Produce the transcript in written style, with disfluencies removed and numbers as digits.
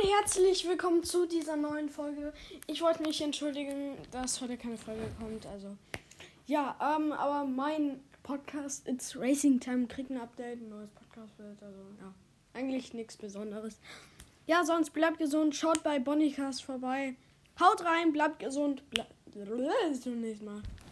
herzlich willkommen zu dieser neuen Folge. Ich wollte mich entschuldigen, dass heute keine Folge kommt. Also, ja, aber mein Podcast, It's Racing Time, kriegt ein Update, ein neues Podcast-Bild. Also, ja, eigentlich nichts Besonderes. Ja, sonst bleibt gesund, schaut bei Bonnycast vorbei. Haut rein, bleibt gesund. Bis zum nächsten Mal.